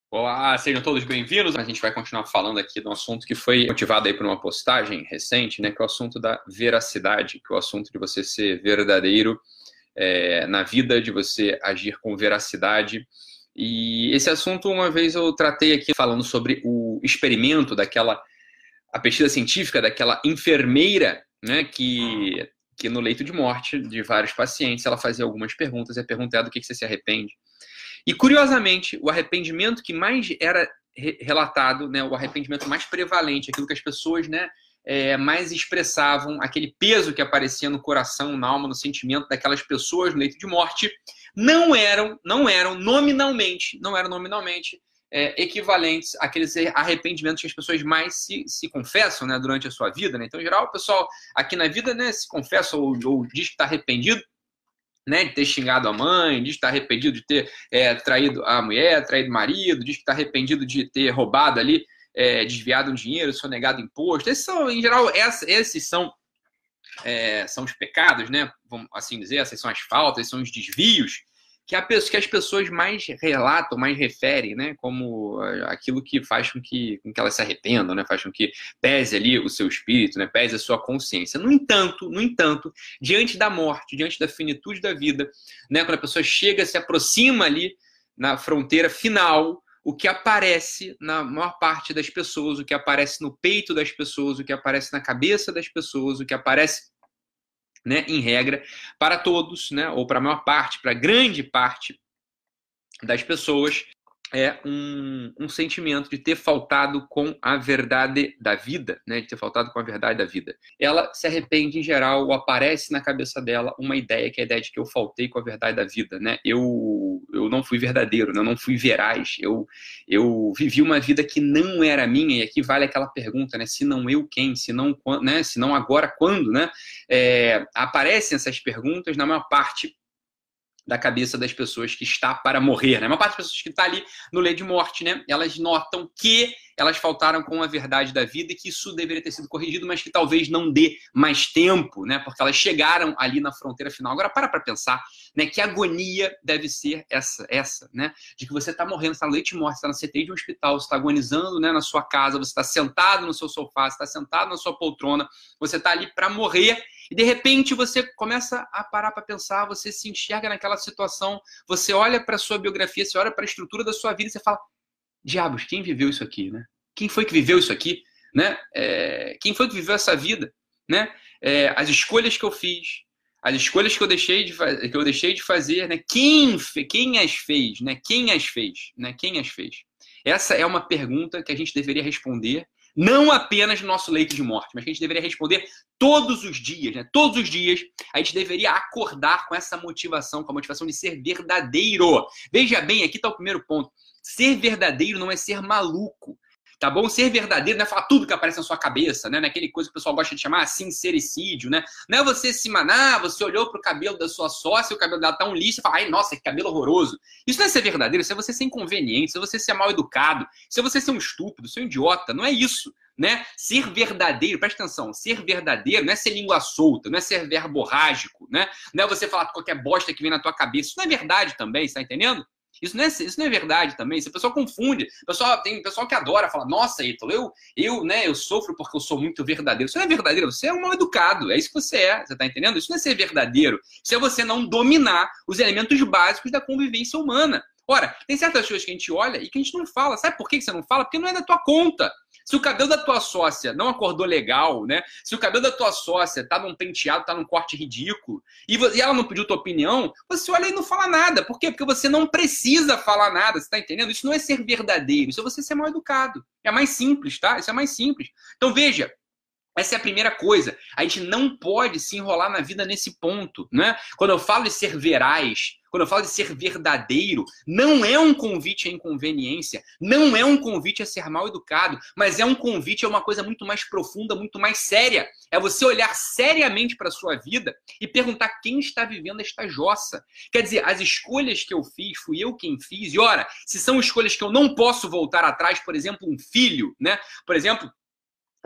Olá, sejam todos bem-vindos. A gente vai continuar falando aqui de um assunto que foi motivado aí por uma postagem recente, né, que é o assunto da veracidade, que é o assunto de você ser verdadeiro na vida, de você agir com veracidade. E esse assunto, uma vez eu tratei aqui falando sobre o experimento a pesquisa científica daquela enfermeira, né, que no leito de morte de vários pacientes, ela fazia algumas perguntas, e a pergunta é do que você se arrepende. E, curiosamente, o arrependimento que mais era relatado, né, o arrependimento mais prevalente, aquilo que as pessoas, né, mais expressavam, aquele peso que aparecia no coração, na alma, no sentimento daquelas pessoas no leito de morte, não eram nominalmente equivalentes àqueles arrependimentos que as pessoas mais se confessam, né, durante a sua vida. Né? Então, em geral, o pessoal aqui na vida, né, se confessa ou diz que está arrependido, né, de ter xingado a mãe, diz que está arrependido de ter traído a mulher, traído o marido, diz que está arrependido de ter roubado ali, desviado um dinheiro, sonegado imposto. Esses são, em geral, esses são os pecados, né? Vamos assim dizer, essas são as faltas, são os desvios que as pessoas mais relatam, mais referem, né? Como aquilo que faz com que elas se arrependam, né? Faz com que pese ali o seu espírito, né? Pese a sua consciência. No entanto, diante da morte, diante da finitude da vida, né? Quando a pessoa chega, se aproxima ali na fronteira final, o que aparece na maior parte das pessoas, o que aparece no peito das pessoas, o que aparece na cabeça das pessoas, o que aparece, né, em regra, para todos, né, ou para a maior parte, para a grande parte das pessoas, é um sentimento de ter faltado com a verdade da vida, né? De ter faltado com a verdade da vida. Ela se arrepende em geral, ou aparece na cabeça dela uma ideia, que é a ideia de que eu faltei com a verdade da vida, né? Eu não fui verdadeiro, né? Eu não fui veraz, eu vivi uma vida que não era minha, e aqui vale aquela pergunta, né? Se não eu, quem? Se não, né? Se não agora, quando, né? Aparecem essas perguntas na maior parte da cabeça das pessoas que está para morrer, né? A maior parte das pessoas que está ali no leito de morte, né? Elas notam que elas faltaram com a verdade da vida e que isso deveria ter sido corrigido, mas que talvez não dê mais tempo, né? Porque elas chegaram ali na fronteira final. Agora, para pensar, né? Que agonia deve ser essa, né? De que você está morrendo, está no leito de morte, está na CTI de um hospital, você está agonizando, né? Na sua casa, você está sentado no seu sofá, você está sentado na sua poltrona, você está ali para morrer. E de repente você começa a parar para pensar, você se enxerga naquela situação, você olha para a sua biografia, você olha para a estrutura da sua vida e você fala, diabos, quem viveu isso aqui, né? Quem foi que viveu isso aqui, né? Quem foi que viveu essa vida, né? As escolhas que eu fiz, as escolhas que eu deixei de fazer, né? Quem as fez, né? Quem as fez, né? Quem as fez? Essa é uma pergunta que a gente deveria responder, não apenas no nosso leito de morte, mas que a gente deveria responder todos os dias, né? Todos os dias a gente deveria acordar com essa motivação, com a motivação de ser verdadeiro. Veja bem, aqui está o primeiro ponto. Ser verdadeiro não é ser maluco. Tá bom? Ser verdadeiro não é falar tudo que aparece na sua cabeça, né? Naquele coisa que o pessoal gosta de chamar sincericídio, né? Não é você se manar, você olhou pro cabelo da sua sócia, o cabelo dela tá um lixo e fala, ai, nossa, que cabelo horroroso. Isso não é ser verdadeiro, isso é você ser inconveniente, isso é você ser mal educado, isso é você ser um estúpido, ser um idiota, não é isso, né? Ser verdadeiro, presta atenção, ser verdadeiro não é ser língua solta, não é ser verborrágico, né? Não é você falar qualquer bosta que vem na tua cabeça, isso não é verdade também, você tá entendendo? Isso não é verdade também. Se a pessoa confunde, tem pessoal que adora falar, nossa, Ítalo, eu sofro porque eu sou muito verdadeiro. Isso não é verdadeiro, você é um mal educado, é isso que você é, você tá entendendo? Isso não é ser verdadeiro, isso é você não dominar os elementos básicos da convivência humana. Ora, tem certas coisas que a gente olha e que a gente não fala. Sabe por que você não fala? Porque não é da tua conta. Se o cabelo da tua sócia não acordou legal, né? Se o cabelo da tua sócia tá num penteado, tá num corte ridículo, e ela não pediu tua opinião, você olha e não fala nada. Por quê? Porque você não precisa falar nada, você tá entendendo? Isso não é ser verdadeiro, isso é você ser mal educado. É mais simples, tá? Isso é mais simples. Então veja, essa é a primeira coisa. A gente não pode se enrolar na vida nesse ponto, né? Quando eu falo de ser veraz, quando eu falo de ser verdadeiro, não é um convite à inconveniência, não é um convite a ser mal educado, mas é um convite a uma coisa muito mais profunda, muito mais séria. É você olhar seriamente para a sua vida e perguntar quem está vivendo esta jossa. Quer dizer, as escolhas que eu fiz, fui eu quem fiz. E ora, se são escolhas que eu não posso voltar atrás, por exemplo, um filho, né? Por exemplo,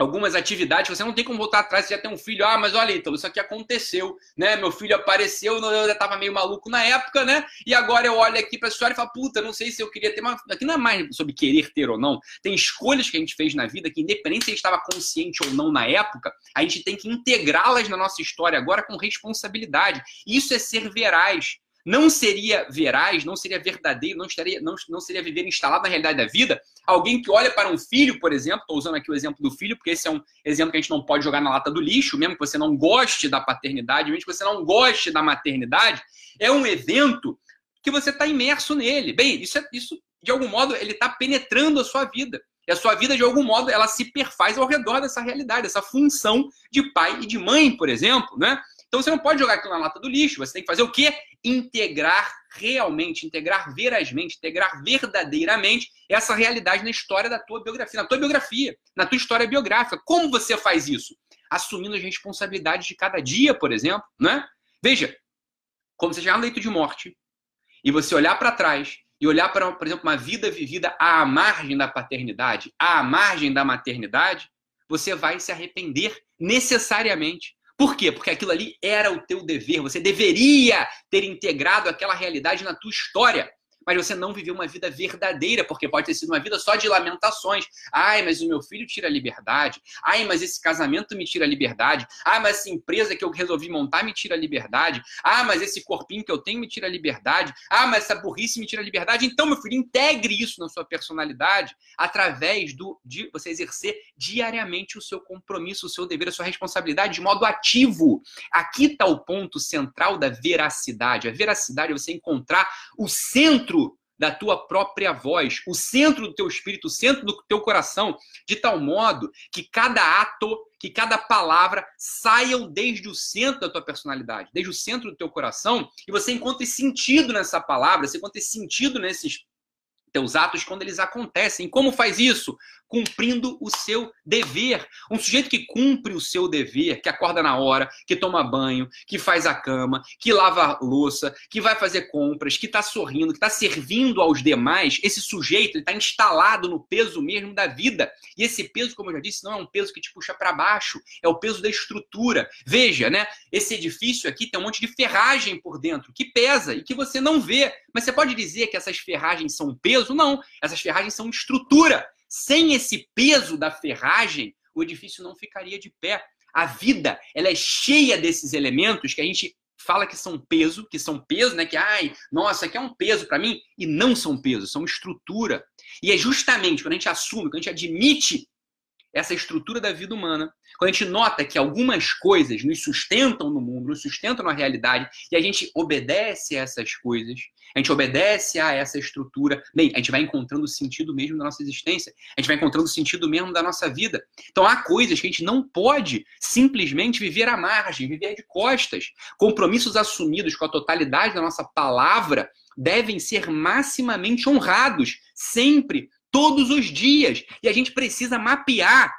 algumas atividades que você não tem como voltar atrás, você já tem um filho, mas olha, então, isso aqui aconteceu, né? Meu filho apareceu, eu já estava meio maluco na época, né? E agora eu olho aqui para a história e falo, puta, não sei se eu queria ter, mas aqui não é mais sobre querer ter ou não. Tem escolhas que a gente fez na vida que, independente se a gente estava consciente ou não na época, a gente tem que integrá-las na nossa história agora com responsabilidade. Isso é ser veraz. Não seria veraz, não seria verdadeiro, não seria viver instalado na realidade da vida. Alguém que olha para um filho, por exemplo, estou usando aqui o exemplo do filho, porque esse é um exemplo que a gente não pode jogar na lata do lixo, mesmo que você não goste da paternidade, mesmo que você não goste da maternidade, é um evento que você está imerso nele. Bem, isso de algum modo, ele está penetrando a sua vida. E a sua vida, de algum modo, ela se perfaz ao redor dessa realidade, dessa função de pai e de mãe, por exemplo, né? Então você não pode jogar aquilo na lata do lixo, você tem que fazer o quê? Integrar realmente, integrar verazmente, integrar verdadeiramente essa realidade na história da tua biografia, na tua história biográfica. Como você faz isso? Assumindo as responsabilidades de cada dia, por exemplo, né? Veja, quando você chegar no leito de morte e você olhar para trás e olhar para, por exemplo, uma vida vivida à margem da paternidade, à margem da maternidade, você vai se arrepender necessariamente. Por quê? Porque aquilo ali era o teu dever. Você deveria ter integrado aquela realidade na tua história. Mas você não viveu uma vida verdadeira, porque pode ter sido uma vida só de lamentações. Ai, mas o meu filho tira a liberdade. Ai, mas esse casamento me tira a liberdade. Ai, mas essa empresa que eu resolvi montar me tira a liberdade. Ah, mas esse corpinho que eu tenho me tira a liberdade. Ah, mas essa burrice me tira a liberdade. Então, meu filho, integre isso na sua personalidade através de você exercer diariamente o seu compromisso, o seu dever, a sua responsabilidade de modo ativo. Aqui está o ponto central da veracidade. A veracidade é você encontrar o centro da tua própria voz, o centro do teu espírito, o centro do teu coração, de tal modo que cada ato, que cada palavra saiam desde o centro da tua personalidade, desde o centro do teu coração, e você encontre sentido nessa palavra, você encontre sentido nesses teus atos quando eles acontecem. Como faz isso? Cumprindo o seu dever. Um sujeito que cumpre o seu dever, que acorda na hora, que toma banho, que faz a cama, que lava a louça, que vai fazer compras, que está sorrindo, que está servindo aos demais, esse sujeito está instalado no peso mesmo da vida. E esse peso, como eu já disse, não é um peso que te puxa para baixo, é o peso da estrutura. Veja, né? Esse edifício aqui tem um monte de ferragem por dentro, que pesa e que você não vê. Mas você pode dizer que essas ferragens são peso? Não, essas ferragens são estrutura. Sem esse peso da ferragem, o edifício não ficaria de pé. A vida, ela é cheia desses elementos que a gente fala que são peso, né? Que, ai, nossa, aqui é um peso para mim. E não são peso, são estrutura. E é justamente quando a gente assume, quando a gente admite essa estrutura da vida humana, quando a gente nota que algumas coisas nos sustentam no mundo, nos sustentam na realidade, e a gente obedece a essas coisas, a gente obedece a essa estrutura, bem, a gente vai encontrando o sentido mesmo da nossa existência, a gente vai encontrando o sentido mesmo da nossa vida. Então há coisas que a gente não pode simplesmente viver à margem, viver de costas. Compromissos assumidos com a totalidade da nossa palavra devem ser maximamente honrados, sempre, todos os dias. E a gente precisa mapear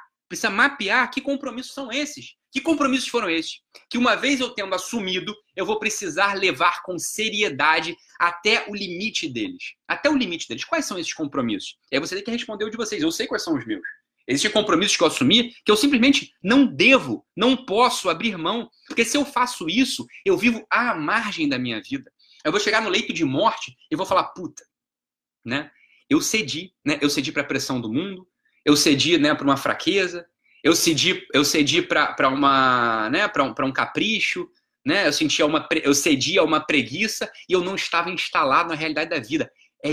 que compromissos são esses. Que compromissos foram esses? Que uma vez eu tendo assumido, eu vou precisar levar com seriedade até o limite deles. Até o limite deles. Quais são esses compromissos? E aí você tem que responder o de vocês. Eu sei quais são os meus. Existem compromissos que eu assumi que eu simplesmente não devo, não posso abrir mão. Porque se eu faço isso, eu vivo à margem da minha vida. Eu vou chegar no leito de morte e vou falar, puta, né? Eu cedi, né? Eu cedi para a pressão do mundo, eu cedi, né, para uma fraqueza, eu cedi para uma, né, para um capricho, né? Eu cedi a uma preguiça e eu não estava instalado na realidade da vida. É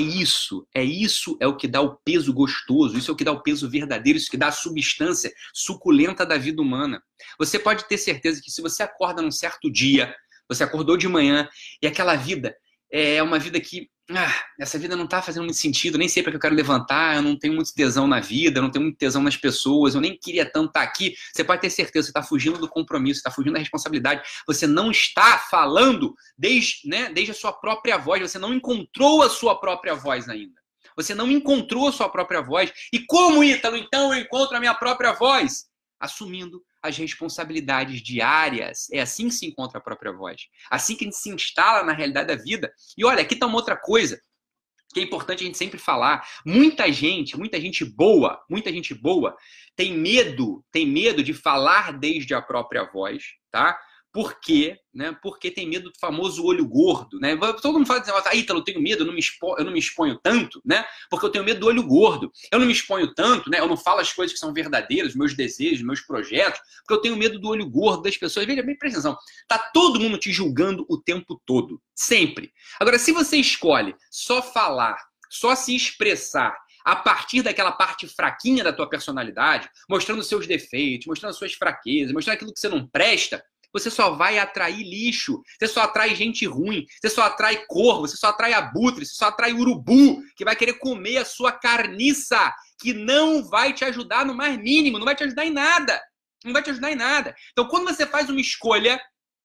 o que dá o peso gostoso, isso é o que dá o peso verdadeiro, isso que dá a substância suculenta da vida humana. Você pode ter certeza que se você acorda num certo dia, você acordou de manhã e aquela vida é uma vida que essa vida não está fazendo muito sentido, nem sei para que eu quero levantar, eu não tenho muito tesão na vida, eu não tenho muito tesão nas pessoas, eu nem queria tanto estar aqui. Você pode ter certeza, você está fugindo do compromisso, está fugindo da responsabilidade, você não está falando desde a sua própria voz, você não encontrou a sua própria voz ainda. Você não encontrou a sua própria voz. E como, Ítalo, então eu encontro a minha própria voz? Assumindo as responsabilidades diárias. É assim que se encontra a própria voz. Assim que a gente se instala na realidade da vida. E olha, aqui está uma outra coisa. que é importante a gente sempre falar. Muita gente boa, tem medo de falar desde a própria voz, tá? Por quê? Né? Porque tem medo do famoso olho gordo, né? Todo mundo fala assim, Ítalo, eu tenho medo, eu não me exponho tanto, né? Porque eu tenho medo do olho gordo. Eu não me exponho tanto, né? Eu não falo as coisas que são verdadeiras, meus desejos, meus projetos, porque eu tenho medo do olho gordo das pessoas. Veja bem, presta atenção. Tá todo mundo te julgando o tempo todo, sempre. Agora, se você escolhe só falar, só se expressar a partir daquela parte fraquinha da tua personalidade, mostrando seus defeitos, mostrando suas fraquezas, mostrando aquilo que você não presta, você só vai atrair lixo, você só atrai gente ruim, você só atrai corvo, você só atrai abutre, você só atrai urubu, que vai querer comer a sua carniça, que não vai te ajudar no mais mínimo, não vai te ajudar em nada. Não vai te ajudar em nada. Então, quando você faz uma escolha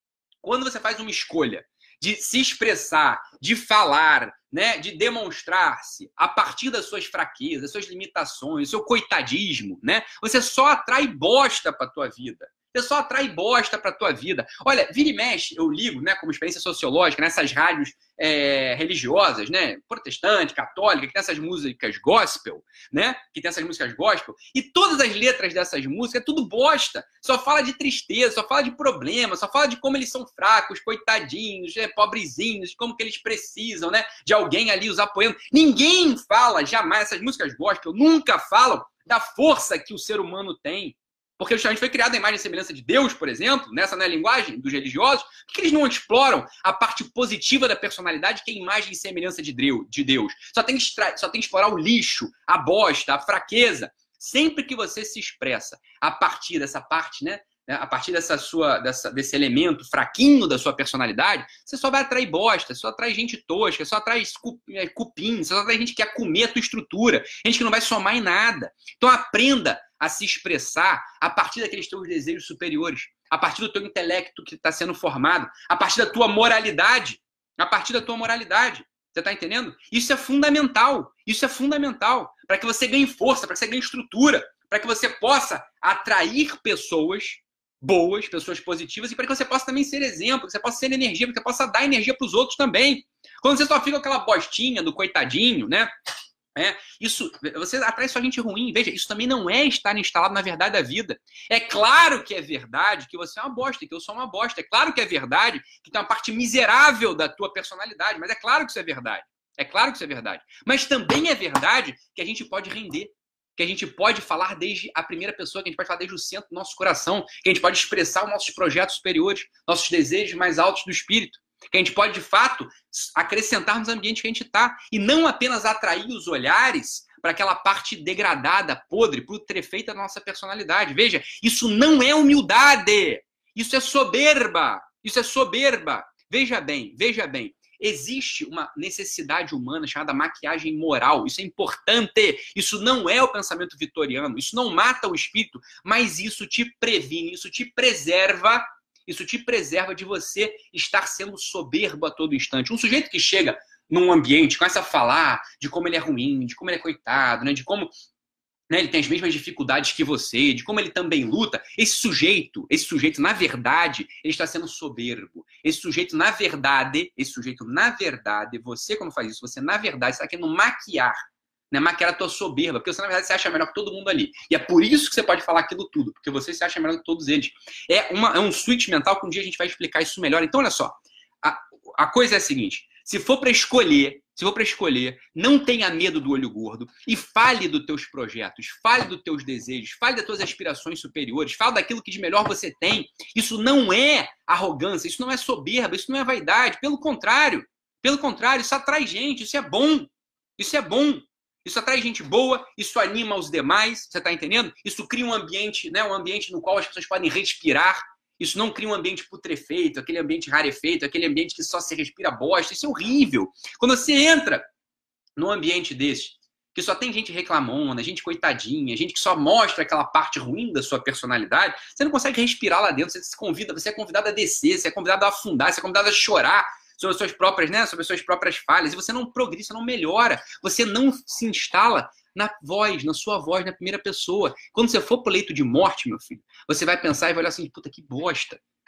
de se expressar, de falar, né, de demonstrar-se a partir das suas fraquezas, das suas limitações, do seu coitadismo, né, você só atrai bosta para a tua vida. Você só atrai bosta para a tua vida. Olha, vira e mexe, eu ligo, né, como experiência sociológica, nessas rádios religiosas, né, protestante, católica, que tem essas músicas gospel, né, e todas as letras dessas músicas é tudo bosta. Só fala de tristeza, só fala de problema, só fala de como eles são fracos, coitadinhos, pobrezinhos, de como que eles precisam, né, de alguém ali os apoiando. Ninguém fala, jamais, essas músicas gospel nunca falam da força que o ser humano tem. Porque justamente foi criada a imagem e semelhança de Deus, por exemplo, nessa não é a linguagem dos religiosos. Por que eles não exploram a parte positiva da personalidade, que é a imagem e semelhança de Deus? Só tem que explorar o lixo, a bosta, a fraqueza. Sempre que você se expressa a partir dessa parte, né? A partir desse elemento fraquinho da sua personalidade, você só vai atrair bosta, só atrai gente tosca, só atrai cupim, só atrai gente que quer comer a tua estrutura, gente que não vai somar em nada. Então aprenda a se expressar a partir daqueles teus desejos superiores, a partir do teu intelecto que está sendo formado, a partir da tua moralidade, Você está entendendo? Isso é fundamental para que você ganhe força, para que você ganhe estrutura, para que você possa atrair pessoas boas, pessoas positivas, e para que você possa também ser exemplo, que você possa ser energia, que você possa dar energia para os outros também. Quando você só fica com aquela bostinha do coitadinho, né? Isso, você atrai só gente ruim. Veja, isso também não é estar instalado na verdade da vida. É claro que é verdade que você é uma bosta, que eu sou uma bosta. É claro que é verdade que tem uma parte miserável da tua personalidade, mas é claro que isso é verdade. Mas também é verdade que a gente pode render, que a gente pode falar desde a primeira pessoa, que a gente pode falar desde o centro do nosso coração, que a gente pode expressar os nossos projetos superiores, nossos desejos mais altos do espírito, que a gente pode, de fato, acrescentar nos ambientes que a gente está, e não apenas atrair os olhares para aquela parte degradada, podre, putrefeita da nossa personalidade. Veja, isso não é humildade, isso é soberba, Veja bem, existe uma necessidade humana chamada maquiagem moral. Isso é importante. Isso não é o pensamento vitoriano. Isso não mata o espírito, mas isso te previne, isso te preserva de você estar sendo soberbo a todo instante. Um sujeito que chega num ambiente, começa a falar de como ele é ruim, de como ele é coitado, né, de como, né, ele tem as mesmas dificuldades que você, de como ele também luta. Esse sujeito, na verdade, ele está sendo soberbo. Esse sujeito, na verdade, você quando faz isso, você, na verdade, está querendo maquiar a tua soberba, porque você, na verdade, se acha melhor que todo mundo ali. E é por isso que você pode falar aquilo tudo, porque você se acha melhor que todos eles. É um switch mental que um dia a gente vai explicar isso melhor. Então, olha só, a coisa é a seguinte, se for para escolher, não tenha medo do olho gordo e fale dos teus projetos, fale dos teus desejos, fale das tuas aspirações superiores, fale daquilo que de melhor você tem. Isso não é arrogância, isso não é soberba, isso não é vaidade. Pelo contrário, isso atrai gente, isso é bom. Isso atrai gente boa, isso anima os demais, você está entendendo? Isso cria um ambiente, né, um ambiente no qual as pessoas podem respirar. Isso não cria um ambiente putrefeito, aquele ambiente rarefeito, aquele ambiente que só se respira bosta. Isso é horrível. Quando você entra num ambiente desse, que só tem gente reclamona, gente coitadinha, gente que só mostra aquela parte ruim da sua personalidade, você não consegue respirar lá dentro, você é convidado a descer, você é convidado a afundar, você é convidado a chorar sobre as suas próprias, né, sobre as suas próprias falhas, e você não progride, você não melhora, você não se instala na sua voz, na primeira pessoa. Quando você for pro leito de morte, meu filho, você vai pensar e vai olhar assim, puta, que bosta.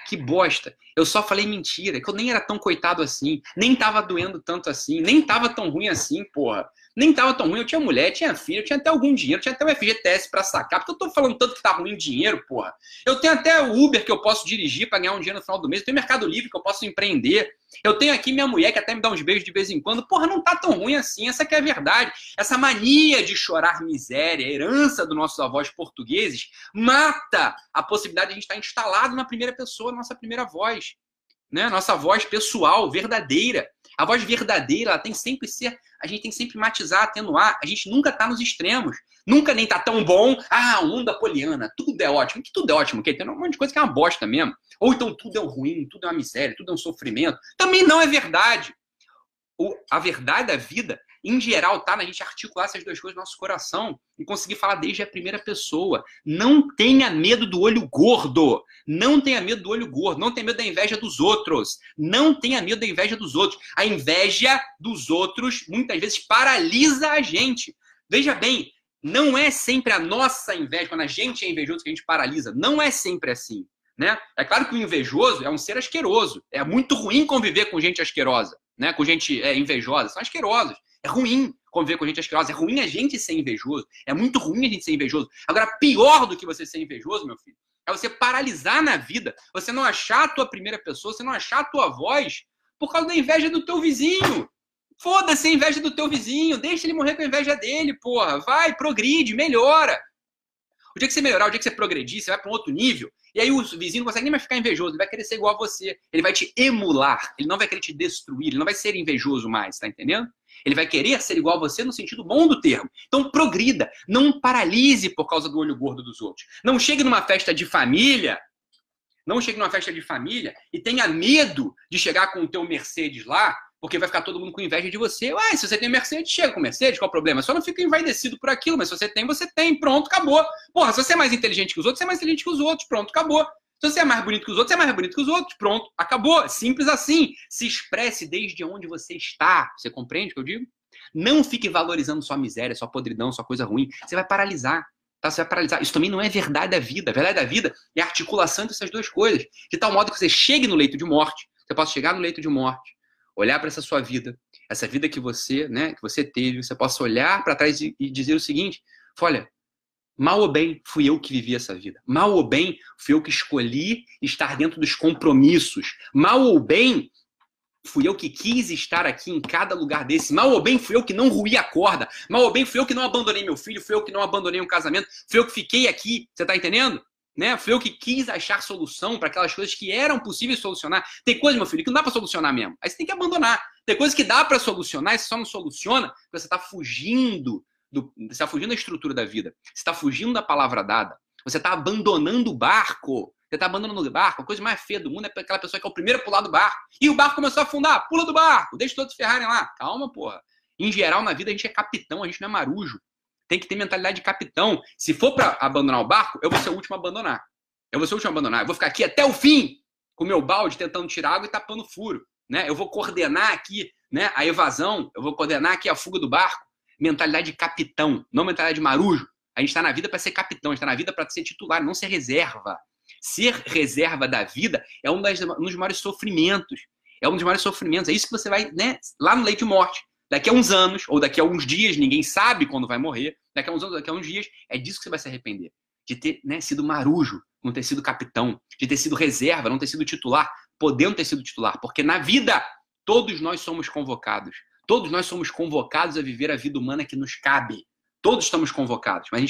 Que bosta. Eu só falei mentira, que eu nem era tão coitado assim, nem tava doendo tanto assim, nem tava tão ruim assim, porra. Nem tava tão ruim, eu tinha mulher, tinha filho, eu tinha até algum dinheiro, tinha até o FGTS pra sacar, porque eu tô falando tanto que tá ruim dinheiro, porra. Eu tenho até o Uber que eu posso dirigir pra ganhar um dinheiro no final do mês, eu tenho Mercado Livre que eu posso empreender, eu tenho aqui minha mulher que até me dá uns beijos de vez em quando, porra, não tá tão ruim assim, essa que é a verdade. Essa mania de chorar miséria, herança dos nossos avós portugueses, mata a possibilidade de a gente estar instalado na primeira pessoa, nossa primeira voz, né? Nossa voz pessoal, verdadeira. A voz verdadeira, ela tem sempre ser, a gente tem sempre matizar, atenuar. A gente nunca tá nos extremos. Nunca nem tá tão bom. Ah, o mundo apoliana, tudo é ótimo. Que tudo é ótimo, que tem um monte de coisa que é uma bosta mesmo. Ou então tudo é ruim, tudo é uma miséria, tudo é um sofrimento. Também não é verdade. A verdade da vida, em geral, tá na gente articular essas duas coisas no nosso coração e conseguir falar desde a primeira pessoa. Não tenha medo do olho gordo. Não tenha medo do olho gordo. Não tenha medo da inveja dos outros. Não tenha medo da inveja dos outros. A inveja dos outros, muitas vezes, paralisa a gente. Veja bem, não é sempre a nossa inveja, quando a gente é invejoso, que a gente paralisa. Não é sempre assim, né? É claro que o invejoso é um ser asqueroso. É muito ruim conviver com gente asquerosa, né? Com gente invejosa. São asquerosos. É ruim conviver com gente asquerosa. É ruim a gente ser invejoso. É muito ruim a gente ser invejoso. Agora, pior do que você ser invejoso, meu filho, é você paralisar na vida. Você não achar a tua primeira pessoa, você não achar a tua voz por causa da inveja do teu vizinho. Foda-se a inveja do teu vizinho. Deixa ele morrer com a inveja dele, porra. Vai, progride, melhora. O dia que você melhorar, o dia que você progredir, você vai para um outro nível, e aí o vizinho não consegue nem mais ficar invejoso, ele vai querer ser igual a você, ele vai te emular, ele não vai querer te destruir, ele não vai ser invejoso mais, tá entendendo? Ele vai querer ser igual a você no sentido bom do termo. Então progrida, não paralise por causa do olho gordo dos outros. Não chegue numa festa de família, e tenha medo de chegar com o teu Mercedes lá, porque vai ficar todo mundo com inveja de você. Ué, se você tem Mercedes, chega com Mercedes, qual o problema? Só não fica envaidecido por aquilo, mas se você tem, pronto, acabou. Porra, se você é mais inteligente que os outros, você é mais inteligente que os outros, pronto, acabou. Se você é mais bonito que os outros, você é mais bonito que os outros, pronto, acabou. Simples assim. Se expresse desde onde você está. Você compreende o que eu digo? Não fique valorizando sua miséria, sua podridão, sua coisa ruim. Você vai paralisar. Tá? Você vai paralisar. Isso também não é verdade da vida. A verdade da vida é a articulação entre essas duas coisas. De tal modo que você chegue no leito de morte. Você possa chegar no leito de morte, olhar para essa sua vida, essa vida que você, né, que você teve, você possa olhar para trás e dizer o seguinte: olha, mal ou bem fui eu que vivi essa vida. Mal ou bem fui eu que escolhi estar dentro dos compromissos. Mal ou bem fui eu que quis estar aqui em cada lugar desse. Mal ou bem fui eu que não ruí a corda. Mal ou bem fui eu que não abandonei meu filho, fui eu que não abandonei um casamento, fui eu que fiquei aqui. Você tá entendendo? Né? Fui eu que quis achar solução para aquelas coisas que eram possíveis solucionar. Tem coisa, meu filho, que não dá para solucionar mesmo. Aí você tem que abandonar. Tem coisas que dá para solucionar e você só não soluciona porque você está fugindo da estrutura da vida. Você está fugindo da palavra dada. Você está abandonando o barco. Você está abandonando o barco. A coisa mais feia do mundo é aquela pessoa que é o primeiro a pular do barco. E o barco começou a afundar. Pula do barco. Deixa todos se ferrarem lá. Calma, porra. Em geral, na vida, a gente é capitão, a gente não é marujo. Tem que ter mentalidade de capitão. Se for para abandonar o barco, eu vou ser o último a abandonar. Eu vou ficar aqui até o fim, com o meu balde, tentando tirar água e tapando furo. Né? Eu vou coordenar aqui, né, a evasão, eu vou coordenar aqui a fuga do barco. Mentalidade de capitão, não mentalidade de marujo. A gente está na vida para ser capitão, a gente está na vida para ser titular, não ser reserva. Ser reserva da vida é um dos maiores sofrimentos. É um dos maiores sofrimentos. É isso que você vai, né, lá no leito de morte. Daqui a uns anos, ou daqui a uns dias, ninguém sabe quando vai morrer, daqui a uns anos, daqui a uns dias, é disso que você vai se arrepender. De ter, né, sido marujo, não ter sido capitão, de ter sido reserva, não ter sido titular, podendo ter sido titular. Porque na vida, todos nós somos convocados. Todos nós somos convocados a viver a vida humana que nos cabe. Todos estamos convocados. Mas a gente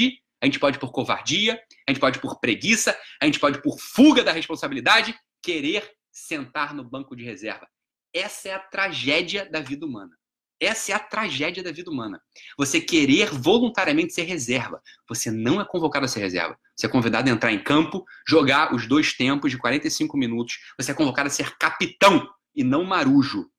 pode por covardia, a gente pode por preguiça, a gente pode por fuga da responsabilidade, querer sentar no banco de reserva. Essa é a tragédia da vida humana. Essa é a tragédia da vida humana. Você querer voluntariamente ser reserva. Você não é convocado a ser reserva. Você é convidado a entrar em campo, jogar os 2 tempos de 45 minutos. Você é convocado a ser capitão e não marujo.